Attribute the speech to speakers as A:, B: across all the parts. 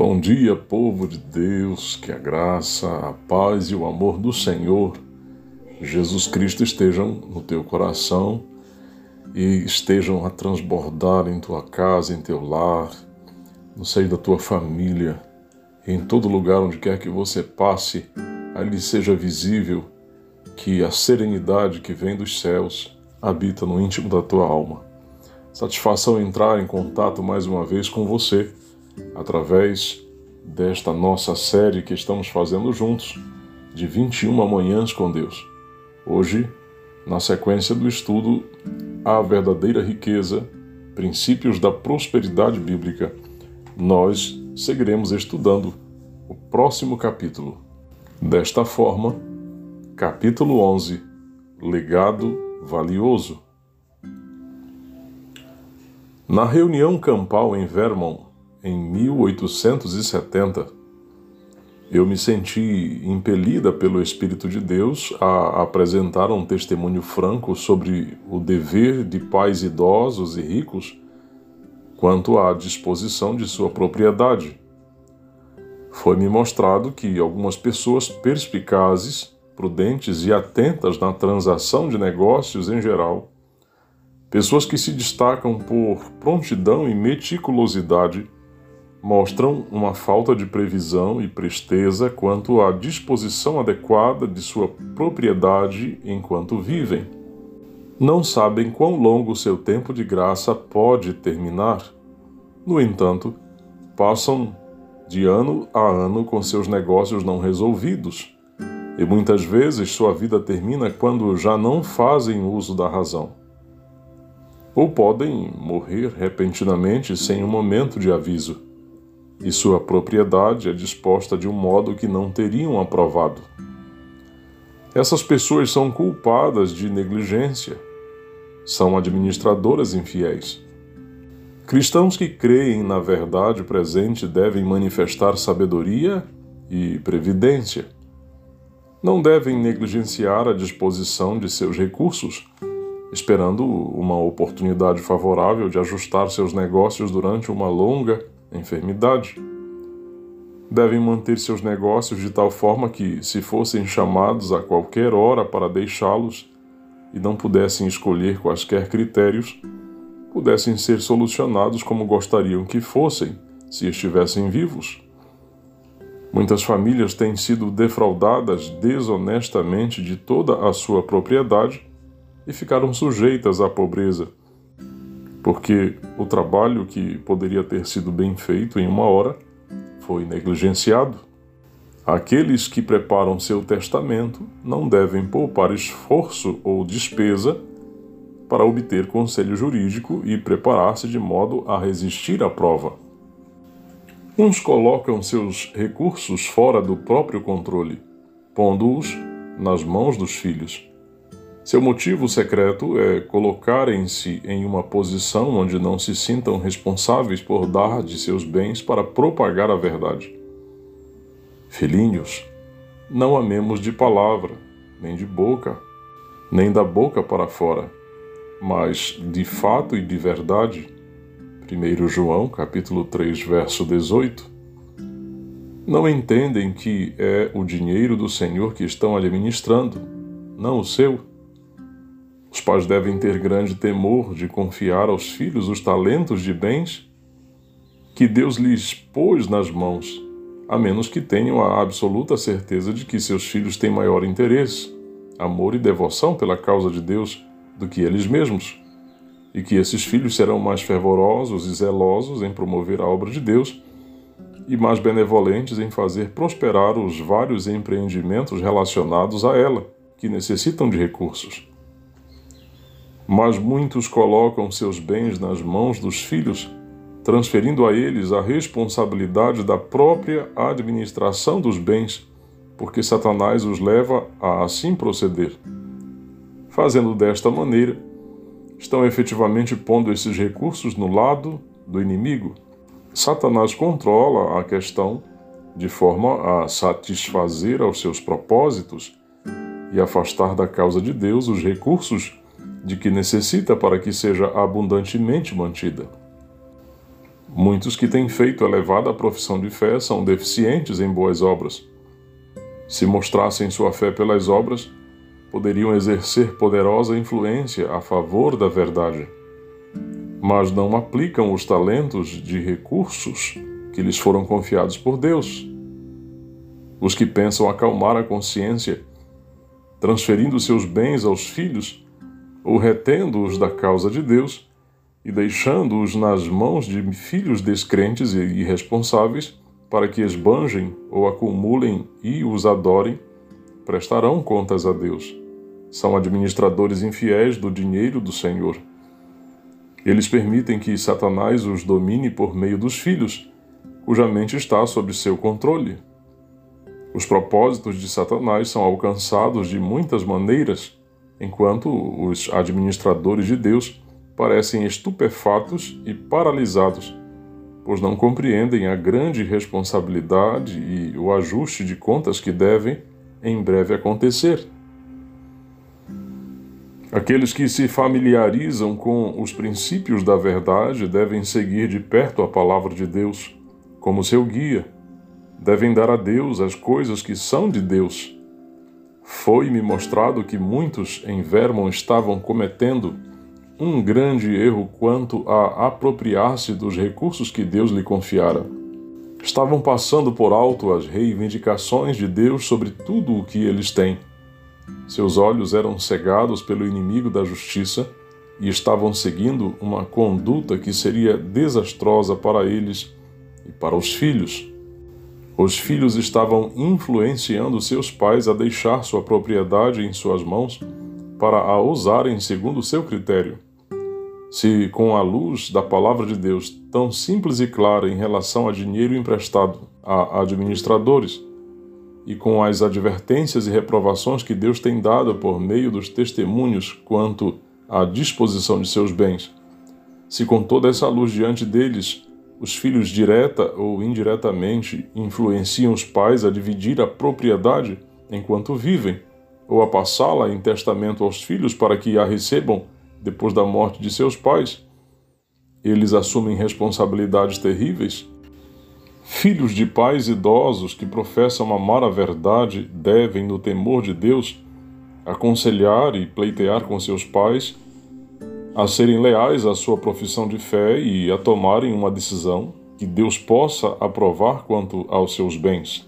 A: Bom dia, povo de Deus, que a graça, a paz e o amor do Senhor Jesus Cristo estejam no teu coração e estejam a transbordar em tua casa, em teu lar, no seio da tua família, em todo lugar onde quer que você passe, ali seja visível que a serenidade que vem dos céus habita no íntimo da tua alma. Satisfação entrar em contato mais uma vez com você, através desta nossa série que estamos fazendo juntos, de 21 manhãs com Deus. Hoje, na sequência do estudo A Verdadeira Riqueza, Princípios da Prosperidade Bíblica, nós seguiremos estudando o próximo capítulo. Desta forma, capítulo 11, Legado Valioso. Na reunião campal em Vermont, em 1870, eu me senti impelida pelo Espírito de Deus a apresentar um testemunho franco sobre o dever de pais idosos e ricos quanto à disposição de sua propriedade. Foi-me mostrado que algumas pessoas perspicazes, prudentes e atentas na transação de negócios em geral, pessoas que se destacam por prontidão e meticulosidade, mostram uma falta de previsão e presteza quanto à disposição adequada de sua propriedade enquanto vivem. Não sabem quão longo seu tempo de graça pode terminar. No entanto, passam de ano a ano com seus negócios não resolvidos, e muitas vezes sua vida termina quando já não fazem uso da razão. Ou podem morrer repentinamente sem um momento de aviso, e sua propriedade é disposta de um modo que não teriam aprovado. Essas pessoas são culpadas de negligência, são administradoras infiéis. Cristãos que creem na verdade presente devem manifestar sabedoria e previdência. Não devem negligenciar a disposição de seus recursos, esperando uma oportunidade favorável de ajustar seus negócios durante uma longa enfermidade. Devem manter seus negócios de tal forma que, se fossem chamados a qualquer hora para deixá-los e não pudessem escolher quaisquer critérios, pudessem ser solucionados como gostariam que fossem, se estivessem vivos. Muitas famílias têm sido defraudadas desonestamente de toda a sua propriedade e ficaram sujeitas à pobreza, porque o trabalho que poderia ter sido bem feito em uma hora foi negligenciado. Aqueles que preparam seu testamento não devem poupar esforço ou despesa para obter conselho jurídico e preparar-se de modo a resistir à prova. Uns colocam seus recursos fora do próprio controle, pondo-os nas mãos dos filhos. Seu motivo secreto é colocarem-se em uma posição onde não se sintam responsáveis por dar de seus bens para propagar a verdade. Filhinhos, não amemos de palavra, nem de boca, nem da boca para fora, mas de fato e de verdade. 1 João, capítulo 3, verso 18. Não entendem que é o dinheiro do Senhor que estão administrando, não o seu? Os pais devem ter grande temor de confiar aos filhos os talentos de bens que Deus lhes pôs nas mãos, a menos que tenham a absoluta certeza de que seus filhos têm maior interesse, amor e devoção pela causa de Deus do que eles mesmos, e que esses filhos serão mais fervorosos e zelosos em promover a obra de Deus e mais benevolentes em fazer prosperar os vários empreendimentos relacionados a ela, que necessitam de recursos. Mas muitos colocam seus bens nas mãos dos filhos, transferindo a eles a responsabilidade da própria administração dos bens, porque Satanás os leva a assim proceder. Fazendo desta maneira, estão efetivamente pondo esses recursos no lado do inimigo. Satanás controla a questão de forma a satisfazer aos seus propósitos e afastar da causa de Deus os recursos de que necessita para que seja abundantemente mantida. Muitos que têm feito elevada profissão de fé são deficientes em boas obras. Se mostrassem sua fé pelas obras, poderiam exercer poderosa influência a favor da verdade, mas não aplicam os talentos de recursos que lhes foram confiados por Deus. Os que pensam acalmar a consciência, transferindo seus bens aos filhos ou retendo-os da causa de Deus e deixando-os nas mãos de filhos descrentes e irresponsáveis para que esbanjem ou acumulem e os adorem, prestarão contas a Deus. São administradores infiéis do dinheiro do Senhor. Eles permitem que Satanás os domine por meio dos filhos, cuja mente está sob seu controle. Os propósitos de Satanás são alcançados de muitas maneiras, enquanto os administradores de Deus parecem estupefatos e paralisados, pois não compreendem a grande responsabilidade e o ajuste de contas que devem, em breve, acontecer. Aqueles que se familiarizam com os princípios da verdade devem seguir de perto a palavra de Deus como seu guia. Devem dar a Deus as coisas que são de Deus. Foi-me mostrado que muitos em Vermont estavam cometendo um grande erro quanto a apropriar-se dos recursos que Deus lhe confiara. Estavam passando por alto as reivindicações de Deus sobre tudo o que eles têm. Seus olhos eram cegados pelo inimigo da justiça e estavam seguindo uma conduta que seria desastrosa para eles e para os filhos. Os filhos estavam influenciando seus pais a deixar sua propriedade em suas mãos para a usarem segundo seu critério. Se, com a luz da palavra de Deus tão simples e clara em relação a dinheiro emprestado a administradores, e com as advertências e reprovações que Deus tem dado por meio dos testemunhos quanto à disposição de seus bens, se com toda essa luz diante deles, os filhos direta ou indiretamente influenciam os pais a dividir a propriedade enquanto vivem, ou a passá-la em testamento aos filhos para que a recebam depois da morte de seus pais, eles assumem responsabilidades terríveis. Filhos de pais idosos que professam amar a verdade devem, no temor de Deus, aconselhar e pleitear com seus pais a serem leais à sua profissão de fé e a tomarem uma decisão que Deus possa aprovar quanto aos seus bens.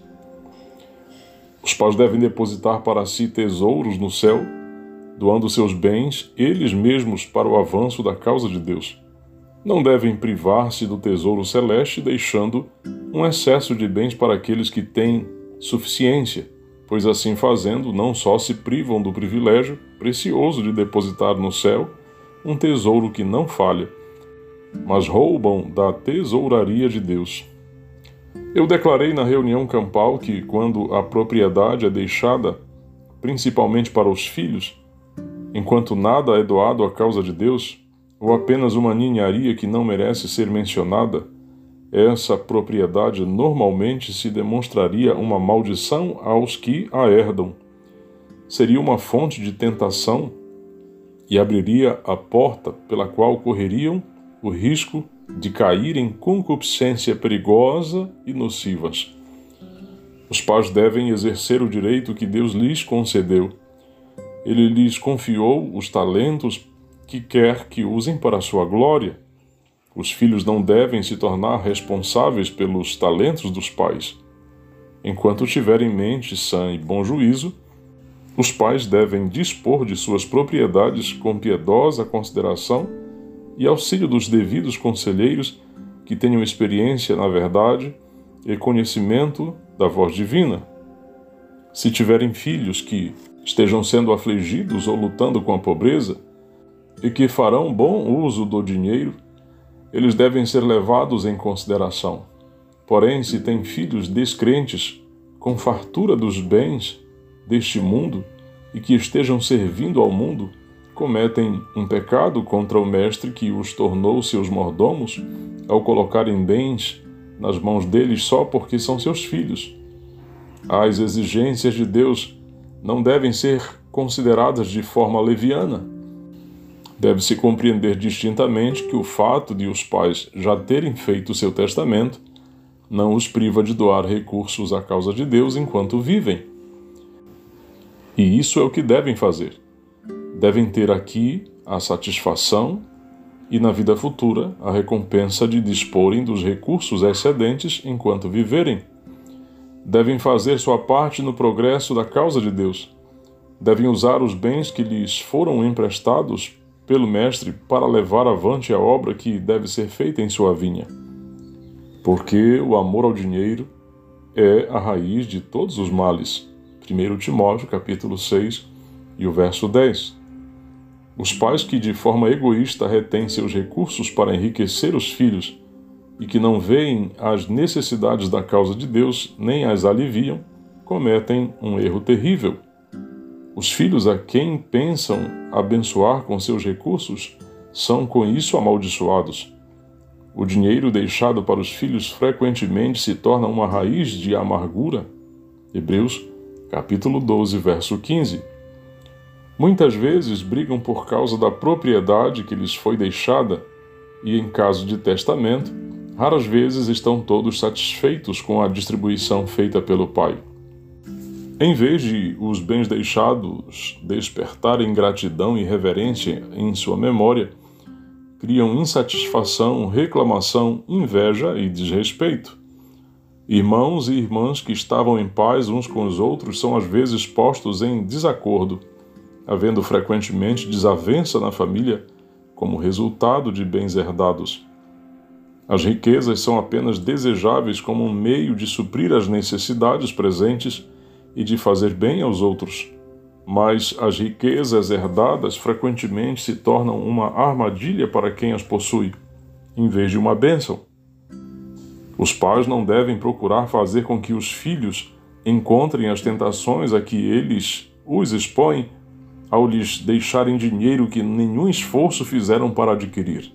A: Os pais devem depositar para si tesouros no céu, doando seus bens eles mesmos para o avanço da causa de Deus. Não devem privar-se do tesouro celeste, deixando um excesso de bens para aqueles que têm suficiência, pois assim fazendo não só se privam do privilégio precioso de depositar no céu um tesouro que não falha, mas roubam da tesouraria de Deus. Eu declarei na reunião campal que, quando a propriedade é deixada principalmente para os filhos, enquanto nada é doado à causa de Deus, ou apenas uma ninharia que não merece ser mencionada, essa propriedade normalmente se demonstraria uma maldição aos que a herdam. Seria uma fonte de tentação e abriria a porta pela qual correriam o risco de cair em concupiscência perigosa e nocivas. Os pais devem exercer o direito que Deus lhes concedeu. Ele lhes confiou os talentos que quer que usem para a sua glória. Os filhos não devem se tornar responsáveis pelos talentos dos pais. Enquanto tiverem mente sã e bom juízo, os pais devem dispor de suas propriedades com piedosa consideração e auxílio dos devidos conselheiros que tenham experiência na verdade e conhecimento da voz divina. Se tiverem filhos que estejam sendo afligidos ou lutando com a pobreza e que farão bom uso do dinheiro, eles devem ser levados em consideração. Porém, se têm filhos descrentes, com fartura dos bens deste mundo e que estejam servindo ao mundo, cometem um pecado contra o Mestre que os tornou seus mordomos ao colocarem bens nas mãos deles só porque são seus filhos. As exigências de Deus não devem ser consideradas de forma leviana. Deve-se compreender distintamente que o fato de os pais já terem feito seu testamento não os priva de doar recursos à causa de Deus enquanto vivem. E isso é o que devem fazer. Devem ter aqui a satisfação e, na vida futura, a recompensa de disporem dos recursos excedentes enquanto viverem. Devem fazer sua parte no progresso da causa de Deus. Devem usar os bens que lhes foram emprestados pelo Mestre para levar avante a obra que deve ser feita em sua vinha. Porque o amor ao dinheiro é a raiz de todos os males. 1 Timóteo, capítulo 6, e o verso 10. Os pais que de forma egoísta retêm seus recursos para enriquecer os filhos e que não veem as necessidades da causa de Deus nem as aliviam, cometem um erro terrível. Os filhos a quem pensam abençoar com seus recursos são com isso amaldiçoados. O dinheiro deixado para os filhos frequentemente se torna uma raiz de amargura. Hebreus, capítulo 12, verso 15. Muitas vezes brigam por causa da propriedade que lhes foi deixada e, em caso de testamento, raras vezes estão todos satisfeitos com a distribuição feita pelo pai. Em vez de os bens deixados despertarem gratidão e reverência em sua memória, criam insatisfação, reclamação, inveja e desrespeito. Irmãos e irmãs que estavam em paz uns com os outros são às vezes postos em desacordo, havendo frequentemente desavença na família como resultado de bens herdados. As riquezas são apenas desejáveis como um meio de suprir as necessidades presentes e de fazer bem aos outros, mas as riquezas herdadas frequentemente se tornam uma armadilha para quem as possui, em vez de uma bênção. Os pais não devem procurar fazer com que os filhos encontrem as tentações a que eles os expõem ao lhes deixarem dinheiro que nenhum esforço fizeram para adquirir.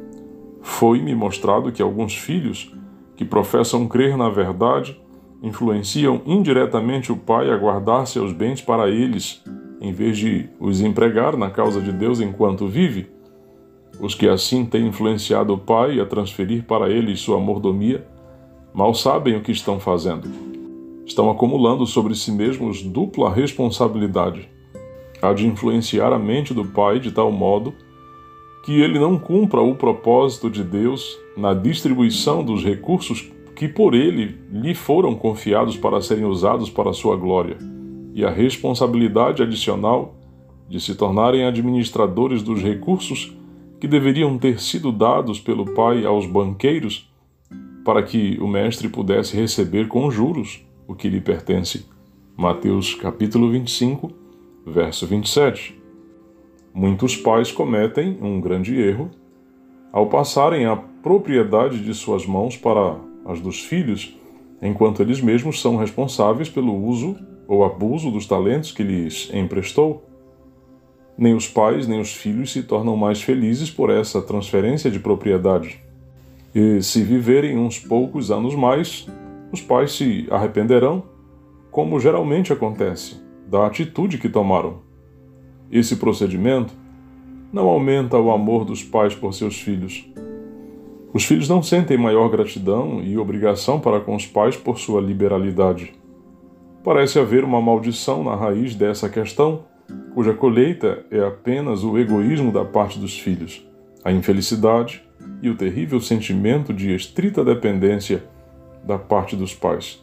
A: Foi-me mostrado que alguns filhos que professam crer na verdade influenciam indiretamente o pai a guardar seus bens para eles, em vez de os empregar na causa de Deus enquanto vive. Os que assim têm influenciado o pai a transferir para eles sua mordomia, mal sabem o que estão fazendo. Estão acumulando sobre si mesmos dupla responsabilidade, a de influenciar a mente do pai de tal modo que ele não cumpra o propósito de Deus na distribuição dos recursos que por ele lhe foram confiados para serem usados para a sua glória, e a responsabilidade adicional de se tornarem administradores dos recursos que deveriam ter sido dados pelo pai aos banqueiros para que o mestre pudesse receber com juros o que lhe pertence. Mateus capítulo 25, verso 27. Muitos pais cometem um grande erro ao passarem a propriedade de suas mãos para as dos filhos, enquanto eles mesmos são responsáveis pelo uso ou abuso dos talentos que lhes emprestou. Nem os pais nem os filhos se tornam mais felizes por essa transferência de propriedade. E se viverem uns poucos anos mais, os pais se arrependerão, como geralmente acontece, da atitude que tomaram. Esse procedimento não aumenta o amor dos pais por seus filhos. Os filhos não sentem maior gratidão e obrigação para com os pais por sua liberalidade. Parece haver uma maldição na raiz dessa questão, cuja colheita é apenas o egoísmo da parte dos filhos, a infelicidade e o terrível sentimento de estrita dependência da parte dos pais.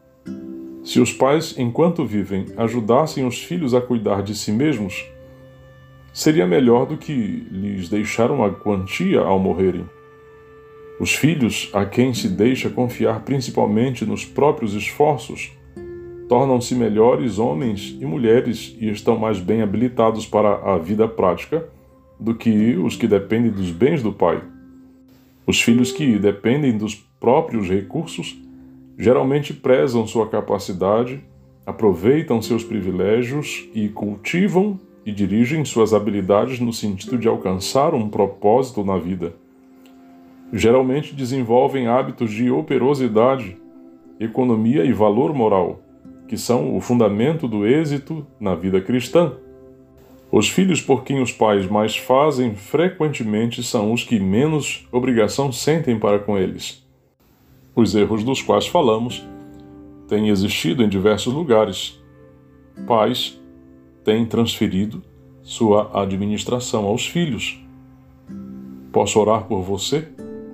A: Se os pais, enquanto vivem, ajudassem os filhos a cuidar de si mesmos, seria melhor do que lhes deixar uma quantia ao morrerem. Os filhos, a quem se deixa confiar principalmente nos próprios esforços, tornam-se melhores homens e mulheres e estão mais bem habilitados para a vida prática do que os que dependem dos bens do pai. Os filhos que dependem dos próprios recursos geralmente prezam sua capacidade, aproveitam seus privilégios e cultivam e dirigem suas habilidades no sentido de alcançar um propósito na vida. Geralmente desenvolvem hábitos de operosidade, economia e valor moral, que são o fundamento do êxito na vida cristã. Os filhos por quem os pais mais fazem frequentemente são os que menos obrigação sentem para com eles. Os erros dos quais falamos têm existido em diversos lugares. Pais têm transferido sua administração aos filhos. Posso orar por você?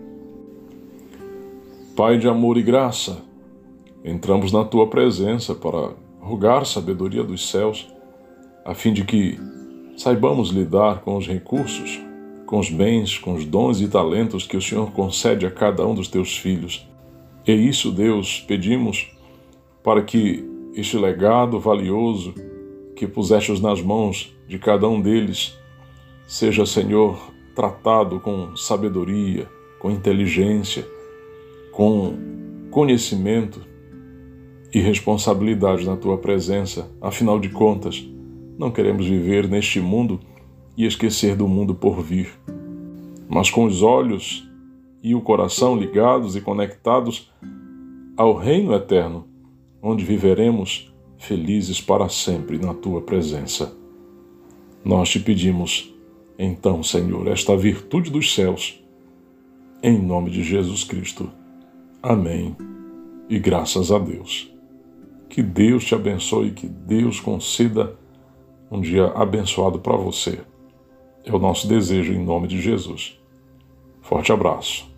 A: Pai de amor e graça, entramos na Tua presença para rogar sabedoria dos céus, a fim de que saibamos lidar com os recursos, com os bens, com os dons e talentos que o Senhor concede a cada um dos Teus filhos. E isso, Deus, pedimos para que este legado valioso que pusestes nas mãos de cada um deles seja, Senhor, tratado com sabedoria, com inteligência, com conhecimento e responsabilidade na Tua presença. Afinal de contas, não queremos viver neste mundo e esquecer do mundo por vir, mas com os olhos e o coração ligados e conectados ao reino eterno, onde viveremos felizes para sempre na Tua presença. Nós te pedimos, então, Senhor, esta virtude dos céus, em nome de Jesus Cristo. Amém. E graças a Deus. Que Deus te abençoe, que Deus conceda um dia abençoado para você. É o nosso desejo em nome de Jesus. Forte abraço.